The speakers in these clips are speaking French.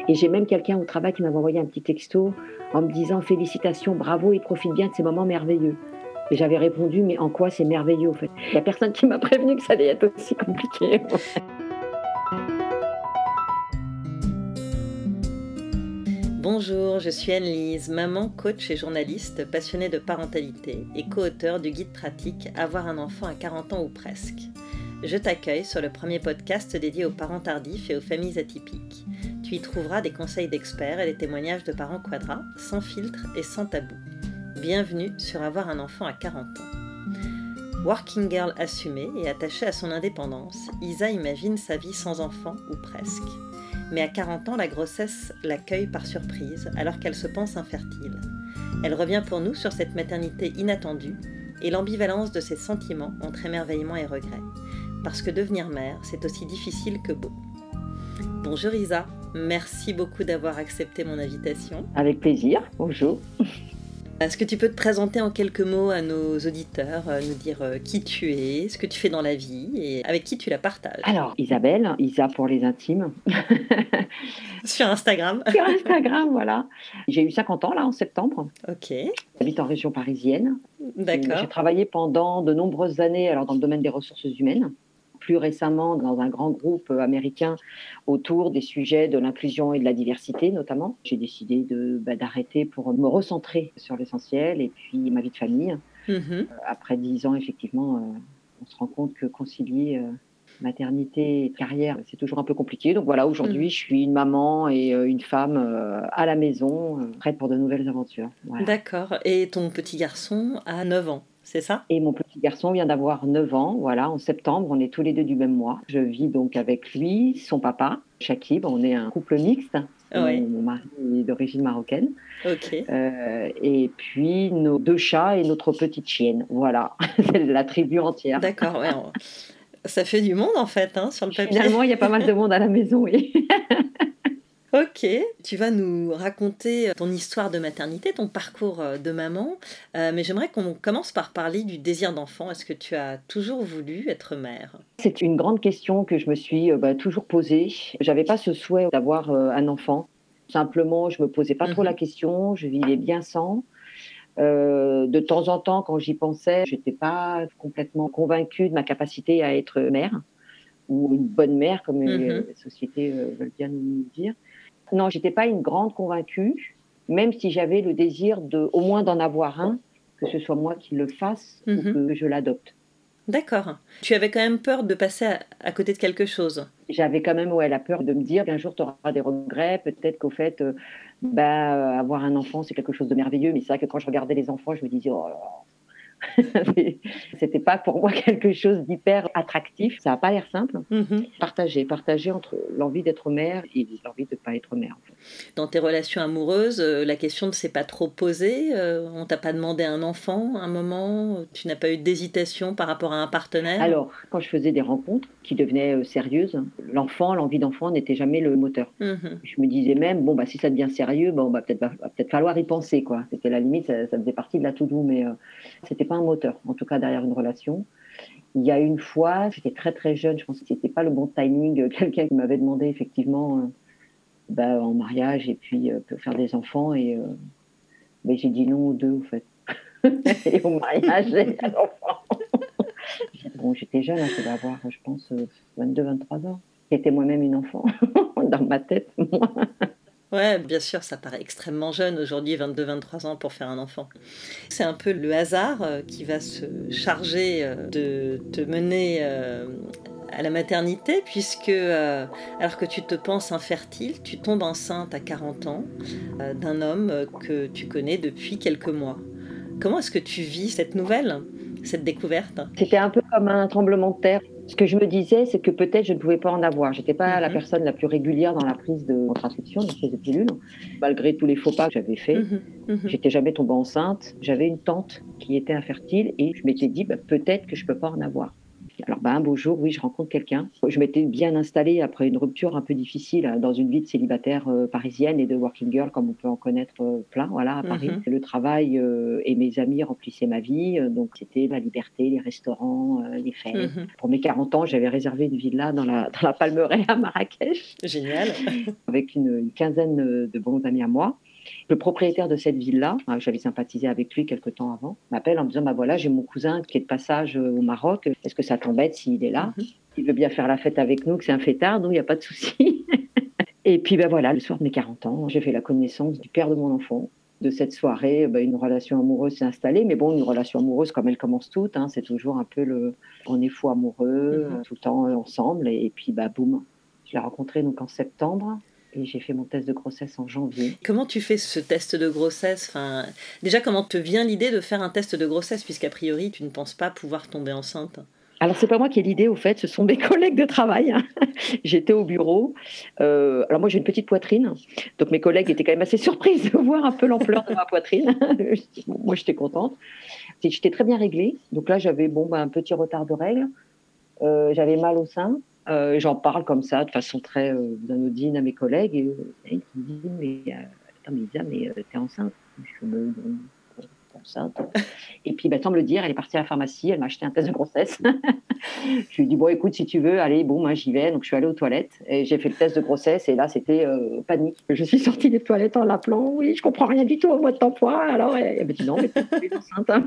Et j'ai même quelqu'un au travail qui m'avait envoyé un petit texto en me disant: «Félicitations, bravo et profite bien de ces moments merveilleux». Et j'avais répondu: «Mais en quoi c'est merveilleux, au fait?» Il y a personne qui m'a prévenu que ça allait être aussi compliqué. Bonjour, je suis Anne-Lise, maman, coach et journaliste passionnée de parentalité et co-auteure du guide pratique Avoir un enfant à 40 ans ou presque. Je t'accueille sur le premier podcast dédié aux parents tardifs et aux familles atypiques. Tu y trouveras des conseils d'experts et des témoignages de parents quadras, sans filtre et sans tabou. Bienvenue sur Avoir un enfant à 40 ans. Working girl assumée et attachée à son indépendance, Isa imagine sa vie sans enfant ou presque. Mais à 40 ans, la grossesse l'accueille par surprise alors qu'elle se pense infertile. Elle revient pour nous sur cette maternité inattendue et l'ambivalence de ses sentiments entre émerveillement et regret. Parce que devenir mère, c'est aussi difficile que beau. Bonjour Isa, merci beaucoup d'avoir accepté mon invitation. Avec plaisir, bonjour. Est-ce que tu peux te présenter en quelques mots à nos auditeurs, nous dire qui tu es, ce que tu fais dans la vie et avec qui tu la partages? Alors, Isabelle, Isa pour les intimes. Sur Instagram. Sur Instagram, voilà. J'ai eu 50 ans là en septembre. Ok, J'habite en région parisienne. d'accord. J'ai travaillé pendant de nombreuses années dans le domaine des ressources humaines. Plus récemment dans un grand groupe américain autour des sujets de l'inclusion et de la diversité notamment. J'ai décidé d'arrêter pour me recentrer sur l'essentiel et puis ma vie de famille. Après 10 ans, effectivement, on se rend compte que concilier maternité et carrière, c'est toujours un peu compliqué. Donc voilà, aujourd'hui, je suis une maman et une femme à la maison, prête pour de nouvelles aventures. Voilà. D'accord. Et ton petit garçon a 9 ans, c'est ça? Et mon petit garçon vient d'avoir 9 ans, voilà, en septembre, on est tous les deux du même mois. Je vis donc avec lui, son papa, Shakib, on est un couple mixte. Oui. Mon mari est d'origine marocaine. Ok. Et puis nos 2 chats et notre petite chienne. Voilà, c'est la tribu entière. D'accord, ouais, ça fait du monde en fait, hein, sur le papier. Finalement, il y a pas mal de monde à la maison, oui. Ok, tu vas nous raconter ton histoire de maternité, ton parcours de maman, mais j'aimerais qu'on commence par parler du désir d'enfant. Est-ce que tu as toujours voulu être mère? C'est une grande question que je me suis toujours posée. J'avais pas ce souhait d'avoir un enfant. Simplement, je me posais pas trop la question, je vivais bien sans. De temps en temps, quand j'y pensais, j'étais pas complètement convaincue de ma capacité à être mère ou une bonne mère, comme les sociétés veulent bien nous dire. Non, j'étais pas une grande convaincue, même si j'avais le désir au moins d'en avoir un, que ce soit moi qui le fasse ou que je l'adopte. D'accord. Tu avais quand même peur de passer à côté de quelque chose. J'avais quand même la peur de me dire qu'un jour tu auras des regrets, peut-être qu'au fait, avoir un enfant c'est quelque chose de merveilleux, mais c'est vrai que quand je regardais les enfants, je me disais oh là là. C'était pas pour moi quelque chose d'hyper attractif. Ça n'a pas l'air simple. Partager entre l'envie d'être mère et l'envie de ne pas être mère. En fait. Dans tes relations amoureuses, la question ne s'est pas trop posée. On t'a pas demandé un enfant à un moment. Tu n'as pas eu d'hésitation par rapport à un partenaire. Alors, quand je faisais des rencontres qui devenaient sérieuses, l'envie d'enfant n'était jamais le moteur. Je me disais même, si ça devient sérieux, va peut-être falloir y penser, quoi. C'était la limite, ça faisait partie de la to-do, mais c'était pas un moteur, en tout cas derrière une relation. Il y a une fois, j'étais très très jeune, je pense que c'était pas le bon timing, quelqu'un qui m'avait demandé effectivement en mariage et puis faire des enfants mais j'ai dit non aux deux en fait. Et au mariage et à l'enfant. Bon, j'étais jeune, je devais avoir, je pense, 22-23 ans. J'étais moi-même une enfant, dans ma tête, moi. Ouais, bien sûr, ça paraît extrêmement jeune aujourd'hui, 22-23 ans pour faire un enfant. C'est un peu le hasard qui va se charger de te mener à la maternité, puisque alors que tu te penses infertile, tu tombes enceinte à 40 ans d'un homme que tu connais depuis quelques mois. Comment est-ce que tu vis cette nouvelle, cette découverte? C'était un peu comme un tremblement de terre. Ce que je me disais, c'est que peut-être je ne pouvais pas en avoir. Je n'étais pas la personne la plus régulière dans la prise de contraception, de prise de pilule. Malgré tous les faux pas que j'avais faits, j'étais jamais tombée enceinte. J'avais une tante qui était infertile et je m'étais dit peut-être que je ne peux pas en avoir. Alors, un beau jour, oui, je rencontre quelqu'un. Je m'étais bien installée après une rupture un peu difficile dans une vie de célibataire parisienne et de working girl, comme on peut en connaître plein, voilà, à Paris. Le travail et mes amis remplissaient ma vie. Donc, c'était la liberté, les restaurants, les fêtes. Pour mes 40 ans, j'avais réservé une villa dans la Palmeraie à Marrakech. Génial. Avec une quinzaine de bons amis à moi. Le propriétaire de cette ville-là, j'avais sympathisé avec lui quelque temps avant, m'appelle en me disant voilà, j'ai mon cousin qui est de passage au Maroc, est-ce que ça t'embête s'il est là? Il veut bien faire la fête avec nous, que c'est un fêtard, donc il n'y a pas de souci. Et puis voilà, le soir de mes 40 ans, j'ai fait la connaissance du père de mon enfant. De cette soirée, une relation amoureuse s'est installée, mais bon, une relation amoureuse comme elles commencent toutes, c'est toujours un peu on est fou amoureux, tout le temps ensemble, et puis boum, je l'ai rencontré donc en septembre. Et j'ai fait mon test de grossesse en janvier. Comment tu fais ce test de grossesse? Déjà, comment te vient l'idée de faire un test de grossesse, puisqu'a priori, tu ne penses pas pouvoir tomber enceinte? Alors, c'est pas moi qui ai l'idée, au fait, ce sont mes collègues de travail. J'étais au bureau. Alors, moi, j'ai une petite poitrine. Donc, mes collègues étaient quand même assez surprises de voir un peu l'ampleur de ma poitrine. Moi, j'étais contente. J'étais très bien réglée. Donc là, j'avais un petit retard de règles. J'avais mal au sein. J'en parle comme ça, de façon très anodine à mes collègues. Et ils me disent attends, Lisa, t'es enceinte? Je me enceinte. Et puis, sans me le dire, elle est partie à la pharmacie, elle m'a acheté un test de grossesse. Je lui ai dit, écoute, si tu veux, allez, moi j'y vais. Donc, je suis allée aux toilettes et j'ai fait le test de grossesse. Et là, c'était panique. Je suis sortie des toilettes en l'appelant. Oui, je comprends rien du tout au mois de temporaire. Alors, elle m'a dit, non, mais tu es enceinte.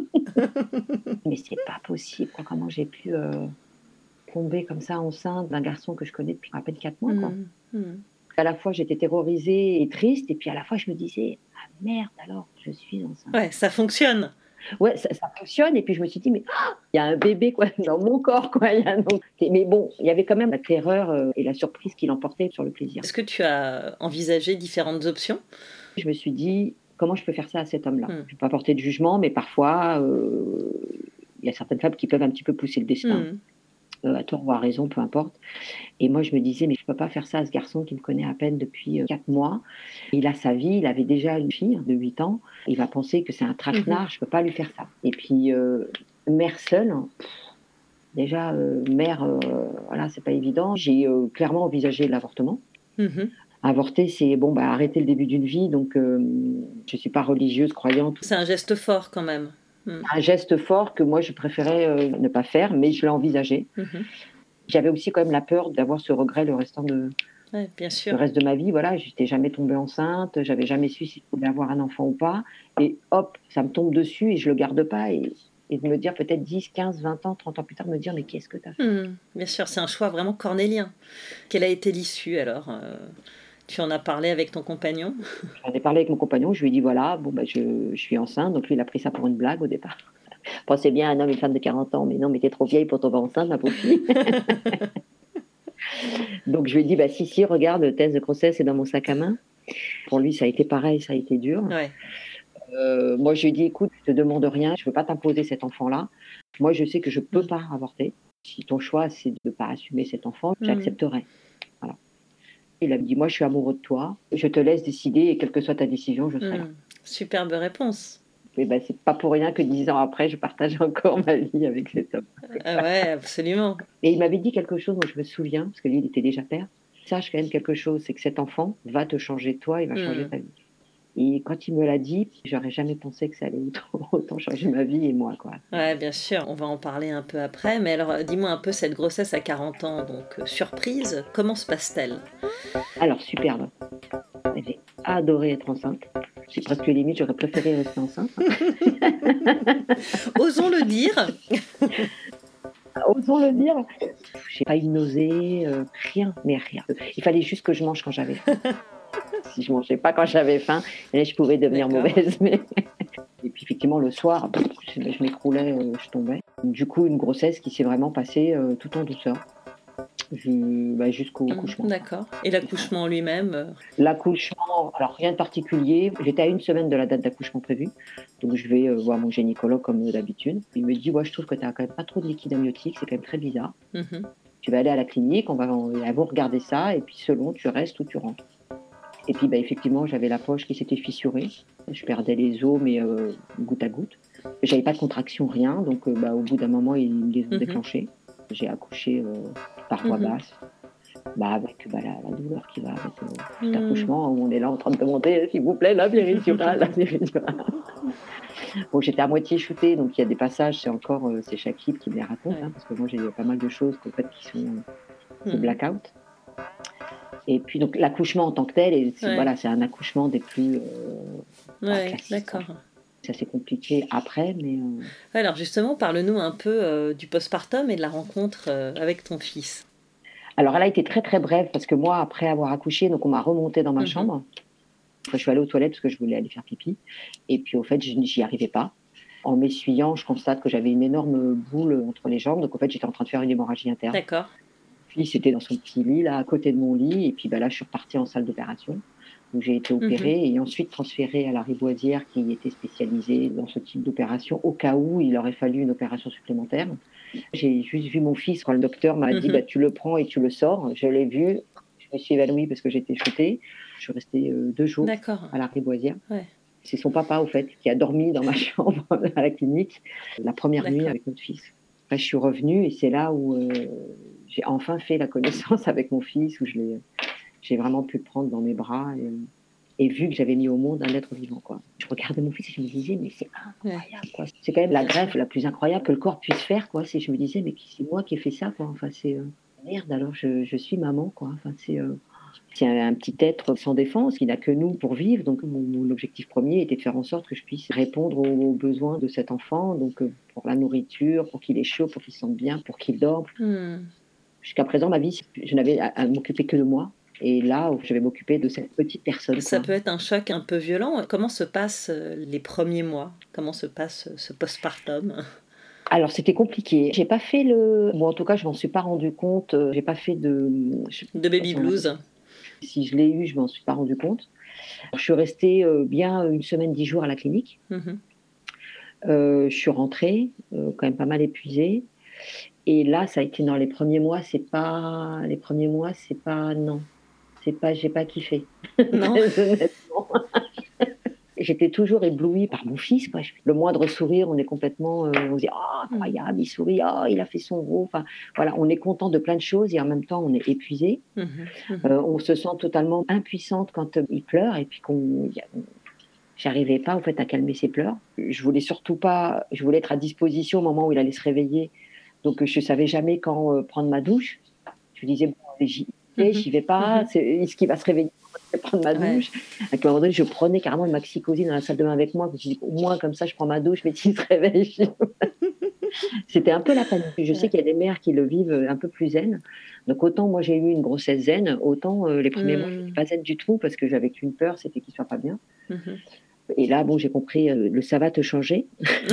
Mais c'est pas possible, quoi. Comment j'ai pu tomber comme ça enceinte d'un garçon que je connais depuis à peine 4 mois, quoi. À la fois, j'étais terrorisée et triste. Et puis, à la fois, je me disais, ah merde, alors, je suis enceinte. Ouais, ça fonctionne. Ouais, ça fonctionne. Et puis, je me suis dit, mais il y a un bébé, quoi, dans mon corps, quoi. Mais bon, il y avait quand même la terreur et la surprise qui l'emportait sur le plaisir. Est-ce que tu as envisagé différentes options? Je me suis dit, comment je peux faire ça à cet homme-là? Je ne vais pas porter de jugement, mais parfois, il y a certaines femmes qui peuvent un petit peu pousser le destin. À tort ou à raison, peu importe. Et moi, je me disais, mais je ne peux pas faire ça à ce garçon qui me connaît à peine depuis 4 mois. Il a sa vie, il avait déjà une fille de 8 ans. Il va penser que c'est un traquenard, je ne peux pas lui faire ça. Et puis, mère seule, déjà, mère, voilà, c'est pas évident. J'ai clairement envisagé l'avortement. Avorter, c'est arrêter le début d'une vie. Donc, je ne suis pas religieuse, croyante. C'est un geste fort quand même. Un geste fort que moi, je préférais ne pas faire, mais je l'ai envisagé. J'avais aussi quand même la peur d'avoir ce regret le restant bien sûr. Le reste de ma vie. Voilà, je n'étais jamais tombée enceinte, j'avais jamais su si je pouvais avoir un enfant ou pas. Et hop, ça me tombe dessus et je le garde pas. Et de me dire peut-être 10, 15, 20 ans, 30 ans plus tard, me dire mais qu'est-ce que tu as fait? Bien sûr, c'est un choix vraiment cornélien. Quelle a été l'issue alors? Tu en as parlé avec ton compagnon? J'en ai parlé avec mon compagnon, je lui ai dit voilà, je suis enceinte. Donc lui, il a pris ça pour une blague au départ. Pensez bien un homme et une femme de 40 ans, mais non, mais t'es trop vieille pour tomber enceinte, ma pauvre fille. Donc je lui ai dit si, regarde, le test de grossesse est dans mon sac à main. Pour lui, ça a été pareil, ça a été dur. Ouais. Moi, je lui ai dit écoute, je te demande rien, je ne veux pas t'imposer cet enfant-là. Moi, je sais que je ne peux pas avorter. Si ton choix, c'est de ne pas assumer cet enfant, j'accepterai. Voilà. Il a dit moi, je suis amoureux de toi, je te laisse décider et quelle que soit ta décision, je serai là. Superbe réponse. Mais c'est pas pour rien que 10 ans après, je partage encore ma vie avec cet homme. Ah ouais, absolument. Et il m'avait dit quelque chose, moi je me souviens, parce que lui, il était déjà père. Sache quand même quelque chose, c'est que cet enfant va te changer toi, il va changer ta vie. Et quand il me l'a dit, j'aurais jamais pensé que ça allait autant changer ma vie et moi, quoi. Ouais, bien sûr, on va en parler un peu après. Mais alors, dis-moi un peu, cette grossesse à 40 ans, donc surprise, comment se passe-t-elle? Alors, superbe. J'ai adoré être enceinte. C'est presque limite, j'aurais préféré rester enceinte. Osons le dire. Osons le dire. J'ai pas eu de nausée, rien, mais rien. Il fallait juste que je mange quand j'avais faim. Si je mangeais pas quand j'avais faim, je pouvais devenir mauvaise. Mais... Et puis effectivement, le soir, je m'écroulais, je tombais. Du coup, une grossesse qui s'est vraiment passée tout en douceur. Jusqu'au couchement. D'accord. Et l'accouchement lui-même L'accouchement, alors rien de particulier. J'étais à 1 semaine de la date d'accouchement prévue. Donc je vais voir mon gynécologue comme d'habitude. Il me dit je trouve que tu n'as quand même pas trop de liquide amniotique, c'est quand même très bizarre. Tu vas aller à la clinique, elles vont regarder ça, et puis selon, tu restes ou tu rentres. Et puis effectivement, j'avais la poche qui s'était fissurée. Je perdais les os, mais goutte à goutte. J'avais pas de contraction, rien. Donc au bout d'un moment, ils me les ont déclenchés. J'ai accouché par voie basse, avec la douleur qui va avec tout accouchement, où on est là en train de demander s'il vous plaît la péridurale, la péridurale. Bon, j'étais à moitié shootée, donc il y a des passages, c'est Shakib qui me les raconte, parce que moi j'ai pas mal de choses qui sont des blackout. Et puis donc l'accouchement en tant que tel, c'est un accouchement des plus classiques. D'accord. C'est assez compliqué après, mais... Alors justement, parle-nous un peu du postpartum et de la rencontre avec ton fils. Alors elle a été très très brève, parce que moi, après avoir accouché, donc on m'a remontée dans ma chambre. Je suis allée aux toilettes parce que je voulais aller faire pipi. Et puis au fait, j'y arrivais pas. En m'essuyant, je constate que j'avais une énorme boule entre les jambes. Donc en fait, j'étais en train de faire une hémorragie interne. D'accord. Puis c'était dans son petit lit, là, à côté de mon lit. Et puis là, je suis repartie en salle d'opération, où j'ai été opérée et ensuite transférée à la Riboisière, qui était spécialisée dans ce type d'opération, au cas où il aurait fallu une opération supplémentaire. J'ai juste vu mon fils quand le docteur m'a dit tu le prends et tu le sors. Je l'ai vu, je me suis évanouie parce que j'étais shootée. Je suis restée 2 jours à la Riboisière. Ouais. C'est son papa, au fait, qui a dormi dans ma chambre à la clinique la première nuit avec notre fils. Après, je suis revenue et c'est là où j'ai enfin fait la connaissance avec mon fils, où j'ai vraiment pu le prendre dans mes bras et vu que j'avais mis au monde un être vivant, quoi. Je regardais mon fils et je me disais, mais c'est incroyable, quoi. C'est quand même la greffe la plus incroyable que le corps puisse faire, quoi. Je me disais, mais c'est moi qui ai fait ça, quoi. Enfin, c'est merde, alors je suis maman, quoi. Enfin, c'est un petit être sans défense qui n'a que nous pour vivre. Donc mon objectif premier était de faire en sorte que je puisse répondre aux besoins de cet enfant, donc pour la nourriture, pour qu'il ait chaud, pour qu'il se sente bien, pour qu'il dorme. Jusqu'à présent, ma vie, je n'avais à m'occuper que de moi. Et là, je vais m'occuper de cette petite personne. Ça peut être un choc un peu violent. Comment se passent les premiers mois? Comment se passe ce postpartum? Alors, c'était compliqué. J'ai pas fait en tout cas, je m'en suis pas rendu compte. J'ai pas fait de baby blues. Si je l'ai eu, je m'en suis pas rendu compte. Je suis restée bien 1 semaine, 10 jours à la clinique. Je suis rentrée, quand même pas mal épuisée. Et là, ça a été dans les premiers mois, non. J'ai pas kiffé. Non. Honnêtement. J'étais toujours éblouie par mon fils, quoi. Le moindre sourire, on est complètement, on se dit incroyable, il sourit, il a fait son gros. Enfin, voilà, on est content de plein de choses et en même temps, on est épuisé. On se sent totalement impuissante quand il pleure et puis j'arrivais pas, en fait, à calmer ses pleurs. Je voulais être à disposition au moment où il allait se réveiller. Donc, je savais jamais quand prendre ma douche. Je me disais, j'y vais pas, est-ce qu'il va se réveiller pour prendre ma douche? À un moment donné, je prenais carrément le maxi-cosy dans la salle de bain avec moi. Je me suis dit, au moins, comme ça, je prends ma douche, mais s'il se réveille. C'était un peu la panique. Je sais qu'il y a des mères qui le vivent un peu plus zen. Donc, autant moi, j'ai eu une grossesse zen, autant les premiers mois, je n'étais pas zen du tout parce que j'avais qu'une peur, c'était qu'il ne soit pas bien. Et là, j'ai compris, ça va te changer.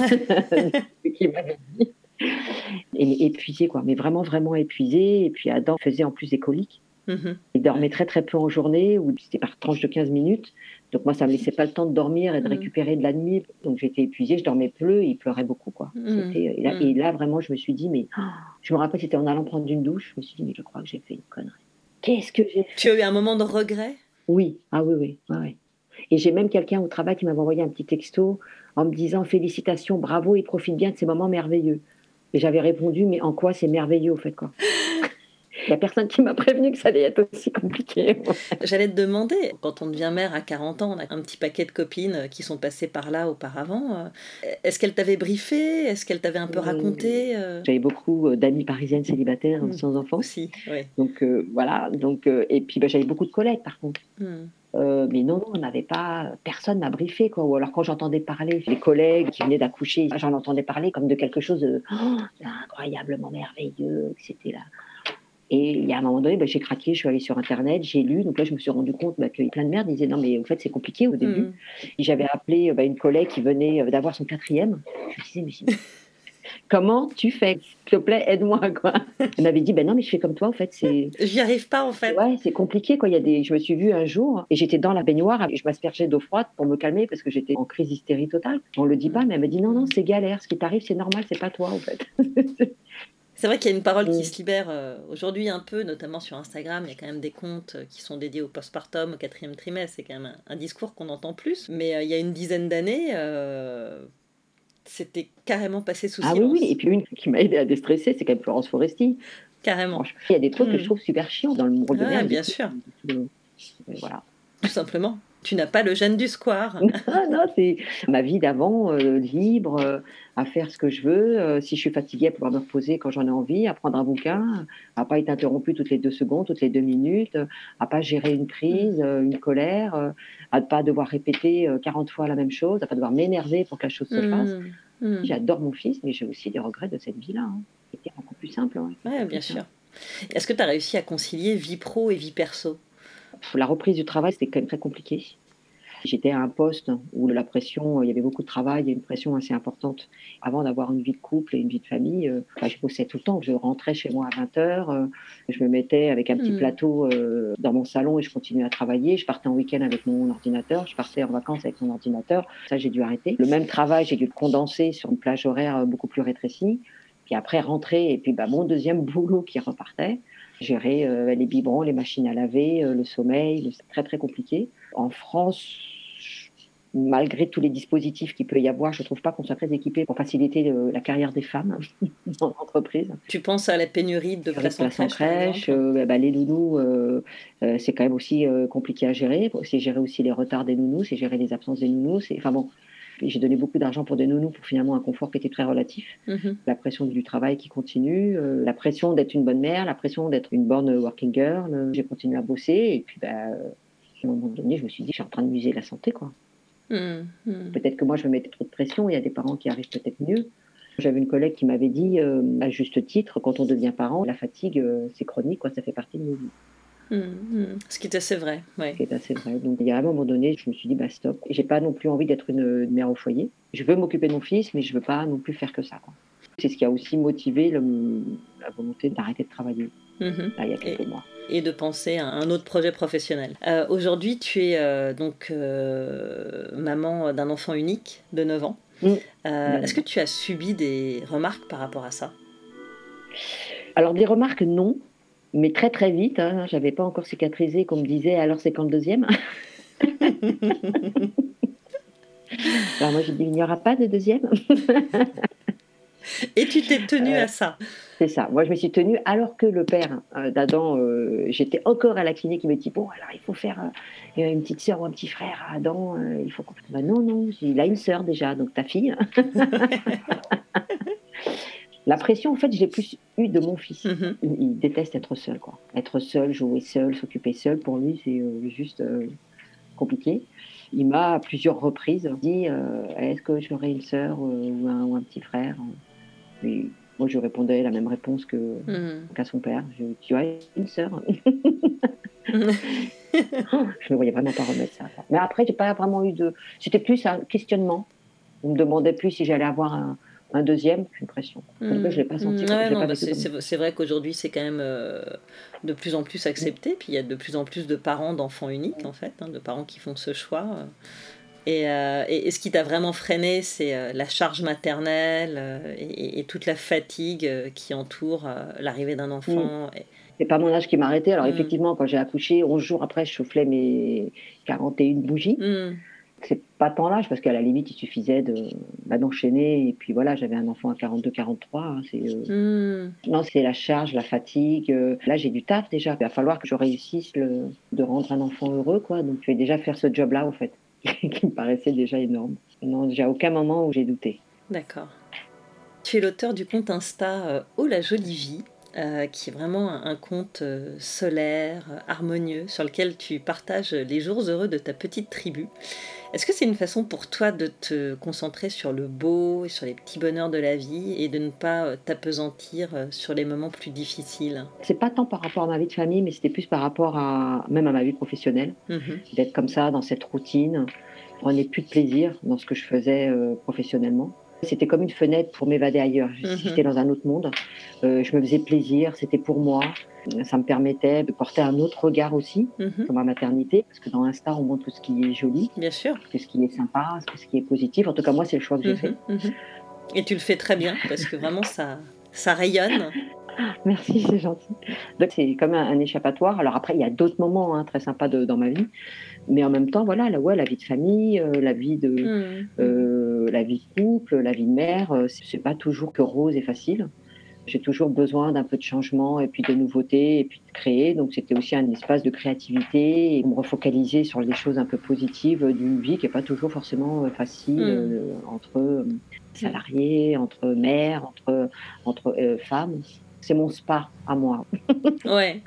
Qu'il m'avait dit. Et épuisée, quoi, mais vraiment, vraiment épuisée. Et puis Adam faisait en plus des coliques. Il dormait très, très peu en journée, ou c'était par tranche de 15 minutes. Donc moi, ça ne me laissait pas le temps de dormir et de récupérer de la nuit. Donc j'étais épuisée, je dormais peu, et il pleurait beaucoup, quoi. Et là, vraiment, je me suis dit, mais je me rappelle, c'était en allant prendre une douche, je me suis dit, mais je crois que j'ai fait une connerie. Qu'est-ce que j'ai fait? Tu as eu un moment de regret? Oui, oui. Et j'ai même quelqu'un au travail qui m'avait envoyé un petit texto en me disant, félicitations, bravo, il profite bien de ces moments merveilleux. Et j'avais répondu, mais en quoi c'est merveilleux, au fait, quoi. Il n'y a personne qui m'a prévenu que ça allait être aussi compliqué. J'allais te demander, quand on devient mère à 40 ans, on a un petit paquet de copines qui sont passées par là auparavant. Est-ce qu'elle t'avait briefé? Est-ce qu'elle t'avait un peu raconté? J'avais beaucoup d'amis parisiennes célibataires sans enfants. Aussi, oui. Donc voilà. Et puis j'avais beaucoup de collègues, par contre. Mais non, on n'avait pas, personne m'a briefé, quoi. Ou alors quand j'entendais parler les collègues qui venaient d'accoucher, j'en entendais parler comme de quelque chose d'incroyablement merveilleux, que c'était là. Et il y a un moment donné, j'ai craqué, je suis allée sur Internet, j'ai lu. Donc là, je me suis rendu compte que plein de mères disaient non, mais en fait, c'est compliqué au début. Et j'avais appelé une collègue qui venait d'avoir son 4e. Je me disais, mais comment tu fais? S'il te plaît, aide-moi, quoi. Elle m'avait dit, non, mais je fais comme toi, en fait. J'y arrive pas, en fait. Ouais, c'est compliqué, quoi. Je me suis vue un jour et j'étais dans la baignoire et je m'aspergeais d'eau froide pour me calmer parce que j'étais en crise d'hystérie totale. On le dit pas, mais elle m'a dit, non, c'est galère. Ce qui t'arrive, c'est normal, c'est pas toi, en fait. C'est vrai qu'il y a une parole qui se libère aujourd'hui un peu, notamment sur Instagram. Il y a quand même des comptes qui sont dédiés au postpartum, au 4e trimestre. C'est quand même un discours qu'on entend plus. Mais il y a une dizaine d'années, c'était carrément passé sous Ah silence. Oui, et puis une qui m'a aidé à déstresser, c'est quand même Florence Foresti. Carrément. Franchement, il y a des trucs que je trouve super chiants dans le rôle de mère. Bien sûr. Voilà. Tout simplement. Tu n'as pas le gène du square. Non, c'est ma vie d'avant, libre, à faire ce que je veux. Si je suis fatiguée, à pouvoir me reposer quand j'en ai envie, à prendre un bouquin, à pas être interrompue toutes les 2 secondes, toutes les 2 minutes, à pas gérer une crise, une colère, à ne pas devoir répéter 40 fois la même chose, à pas devoir m'énerver pour que la chose se fasse. J'adore mon fils, mais j'ai aussi des regrets de cette vie-là, qui était encore plus simple. Ouais, bien sûr. Est-ce que tu as réussi à concilier vie pro et vie perso? La reprise du travail, c'était quand même très compliqué. J'étais à un poste où la pression, il y avait beaucoup de travail et une pression assez importante. Avant d'avoir une vie de couple et une vie de famille, je bossais tout le temps. Je rentrais chez moi à 20h, je me mettais avec un petit plateau dans mon salon et je continuais à travailler. Je partais en week-end avec mon ordinateur, je partais en vacances avec mon ordinateur. Ça, j'ai dû arrêter. Le même travail, j'ai dû le condenser sur une plage horaire beaucoup plus rétrécie. Puis après, rentrer et puis mon deuxième boulot qui repartait. Gérer les biberons, les machines à laver, le sommeil, c'est très très compliqué. En France, malgré tous les dispositifs qu'il peut y avoir, je ne trouve pas qu'on soit très équipé pour faciliter la carrière des femmes dans l'entreprise. Tu penses à la pénurie de places en crèche, les nounous, c'est quand même aussi compliqué à gérer. C'est gérer aussi les retards des nounous, c'est gérer les absences des nounous. J'ai donné beaucoup d'argent pour des nounous pour finalement un confort qui était très relatif. La pression du travail qui continue, la pression d'être une bonne mère, la pression d'être une bonne working girl. J'ai continué à bosser et puis à un moment donné, je me suis dit, je suis en train de muser la santé, quoi. Peut-être que moi, je me mettais trop de pression. Il y a des parents qui arrivent peut-être mieux. J'avais une collègue qui m'avait dit, à juste titre, quand on devient parent, la fatigue, c'est chronique, quoi, ça fait partie de nos vies. Ce qui est assez vrai. Ouais. Ce qui est assez vrai. Donc, il y a un moment donné, je me suis dit, stop. J'ai pas non plus envie d'être une mère au foyer. Je veux m'occuper de mon fils, mais je veux pas non plus faire que ça, quoi. C'est ce qui a aussi motivé la volonté d'arrêter de travailler, là, il y a quelques mois. Et de penser à un autre projet professionnel. Aujourd'hui, tu es maman d'un enfant unique de 9 ans. Est-ce que tu as subi des remarques par rapport à ça? Alors, des remarques, non. Mais très très vite, j'avais pas encore cicatrisé, qu'on me disait alors c'est quand le deuxième? Alors moi j'ai dit il n'y aura pas de deuxième. Et tu t'es tenue à ça? C'est ça. Moi je me suis tenue alors que le père d'Adam, j'étais encore à la clinique, il me dit bon alors il faut faire une petite sœur ou un petit frère à Adam, il faut qu'on... non, il a une sœur déjà, donc ta fille. La pression, en fait, je l'ai plus eue de mon fils. Il déteste être seul, quoi. Être seul, jouer seul, s'occuper seul, pour lui, c'est juste compliqué. Il m'a, à plusieurs reprises, dit est-ce que j'aurais une sœur ou un petit frère? Et moi, je répondais la même réponse qu'à son père. Tu as une sœur? Je ne me voyais vraiment pas remettre ça. Mais après, j'ai pas vraiment eu de... C'était plus un questionnement. On me demandait plus si j'allais avoir un deuxième, une pression. En tout cas, je ne l'ai pas senti. C'est vrai qu'aujourd'hui, c'est quand même de plus en plus accepté. Puis il y a de plus en plus de parents d'enfants uniques, en fait, de parents qui font ce choix. Et ce qui t'a vraiment freiné, c'est la charge maternelle et toute la fatigue qui entoure l'arrivée d'un enfant. C'est pas mon âge qui m'a arrêtée. Alors effectivement, quand j'ai accouché, 11 jours après, je soufflais mes 41 bougies. C'est pas tant l'âge, parce qu'à la limite, il suffisait d'enchaîner. Et puis voilà, j'avais un enfant à 42, 43. Non, c'est la charge, la fatigue. Là, j'ai du taf déjà. Il va falloir que je réussisse de rendre un enfant heureux, quoi. Donc, je vais déjà faire ce job-là, en fait, qui me paraissait déjà énorme. Non, j'ai aucun moment où j'ai douté. D'accord. Tu es l'auteur du compte Insta Oh la jolie vie, qui est vraiment un conte solaire, harmonieux, sur lequel tu partages les jours heureux de ta petite tribu. Est-ce que c'est une façon pour toi de te concentrer sur le beau et sur les petits bonheurs de la vie et de ne pas t'appesantir sur les moments plus difficiles? C'est pas tant par rapport à ma vie de famille, mais c'était plus par rapport même à ma vie professionnelle. D'être comme ça, dans cette routine. Je prenais plus de plaisir dans ce que je faisais professionnellement. C'était comme une fenêtre pour m'évader ailleurs. J'étais dans un autre monde. Je me faisais plaisir, c'était pour moi. Ça me permettait de porter un autre regard aussi sur ma maternité, parce que dans Insta, on montre tout ce qui est joli, bien sûr, tout ce qui est sympa, tout ce qui est positif. En tout cas, moi, c'est le choix que j'ai fait. Et tu le fais très bien, parce que vraiment, ça rayonne. Merci, c'est gentil. Donc, c'est comme un échappatoire. Alors après, il y a d'autres moments très sympas dans ma vie. Mais en même temps, voilà, la vie de famille, la vie la vie de couple, la vie de mère, c'est pas toujours que rose et facile. J'ai toujours besoin d'un peu de changement et puis de nouveautés et puis de créer. Donc c'était aussi un espace de créativité et me refocaliser sur les choses un peu positives d'une vie qui est pas toujours forcément facile entre salariés, entre mères, entre femmes. C'est mon spa à moi. Ouais.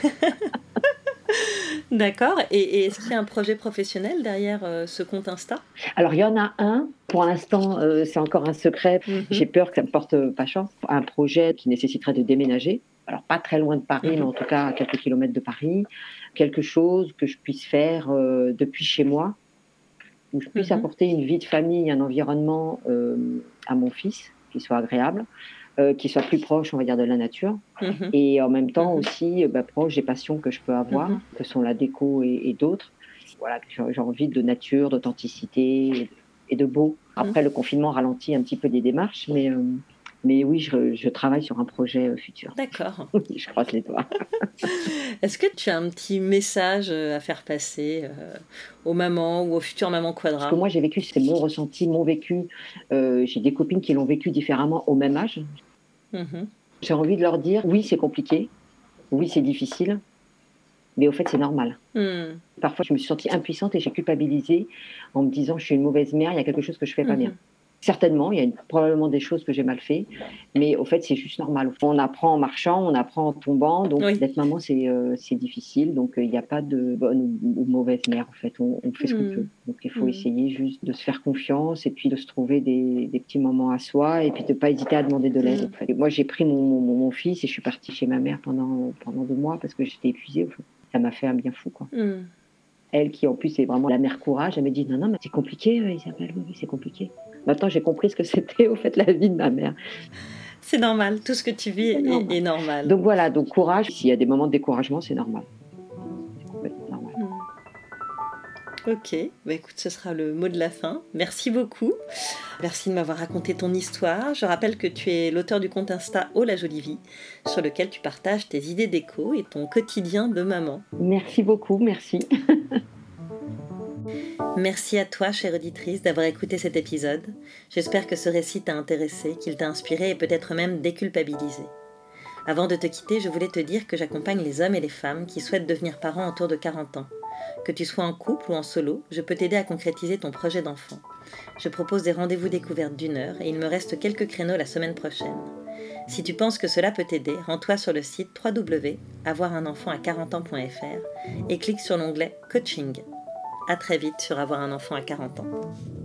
D'accord. Et est-ce qu'il y a un projet professionnel derrière ce compte Insta? Alors il y en a un, pour l'instant c'est encore un secret, j'ai peur que ça me porte pas chance. Un projet qui nécessiterait de déménager, alors pas très loin de Paris, mais en tout cas à quelques kilomètres de Paris. Quelque chose que je puisse faire depuis chez moi, où je puisse apporter une vie de famille, un environnement à mon fils qui soit agréable, qui soit plus proche, on va dire, de la nature. Et en même temps aussi proche des passions que je peux avoir, que sont la déco et d'autres. Voilà, j'ai envie de nature, d'authenticité et de beau. Après, le confinement ralentit un petit peu des démarches, mais oui, je travaille sur un projet futur. D'accord. Je croise les doigts. Est-ce que tu as un petit message à faire passer aux mamans ou aux futures mamans Quadra? Ce que moi j'ai vécu, c'est mon ressenti, mon vécu. J'ai des copines qui l'ont vécu différemment au même âge. J'ai envie de leur dire, oui, c'est compliqué, oui, c'est difficile, mais au fait, c'est normal. Parfois, je me suis sentie impuissante et j'ai culpabilisé en me disant, je suis une mauvaise mère, il y a quelque chose que je fais pas bien. Certainement, il y a probablement des choses que j'ai mal fait, mais au fait, c'est juste normal. On apprend en marchant, on apprend en tombant, donc d'être maman, c'est difficile, donc il n'y a pas de bonne ou mauvaise mère, en fait, on fait ce qu'on peut. Donc il faut essayer juste de se faire confiance et puis de se trouver des petits moments à soi et puis de ne pas hésiter à demander de l'aide. En fait. Moi, j'ai pris mon fils et je suis partie chez ma mère pendant 2 mois parce que j'étais épuisée. En fait. Ça m'a fait un bien fou, quoi. Elle, qui en plus est vraiment la mère courage, elle me dit non, mais c'est compliqué, Isabelle, oui, c'est compliqué. Maintenant, j'ai compris ce que c'était, au fait, la vie de ma mère. C'est normal, tout ce que tu vis est normal. Donc voilà, donc courage. S'il y a des moments de découragement, c'est normal. C'est complètement normal. Ok, écoute, ce sera le mot de la fin. Merci beaucoup. Merci de m'avoir raconté ton histoire. Je rappelle que tu es l'auteur du compte Insta Oh la jolie vie, sur lequel tu partages tes idées déco et ton quotidien de maman. Merci beaucoup, merci. Merci à toi, chère auditrice, d'avoir écouté cet épisode. J'espère que ce récit t'a intéressé, qu'il t'a inspiré et peut-être même déculpabilisé. Avant de te quitter, je voulais te dire que j'accompagne les hommes et les femmes qui souhaitent devenir parents autour de 40 ans. Que tu sois en couple ou en solo, je peux t'aider à concrétiser ton projet d'enfant. Je propose des rendez-vous découvertes d'1 heure et il me reste quelques créneaux la semaine prochaine. Si tu penses que cela peut t'aider, rends-toi sur le site www.avoirunenfant à40ans.fr et clique sur l'onglet Coaching. À très vite sur Avoir un enfant à 40 ans.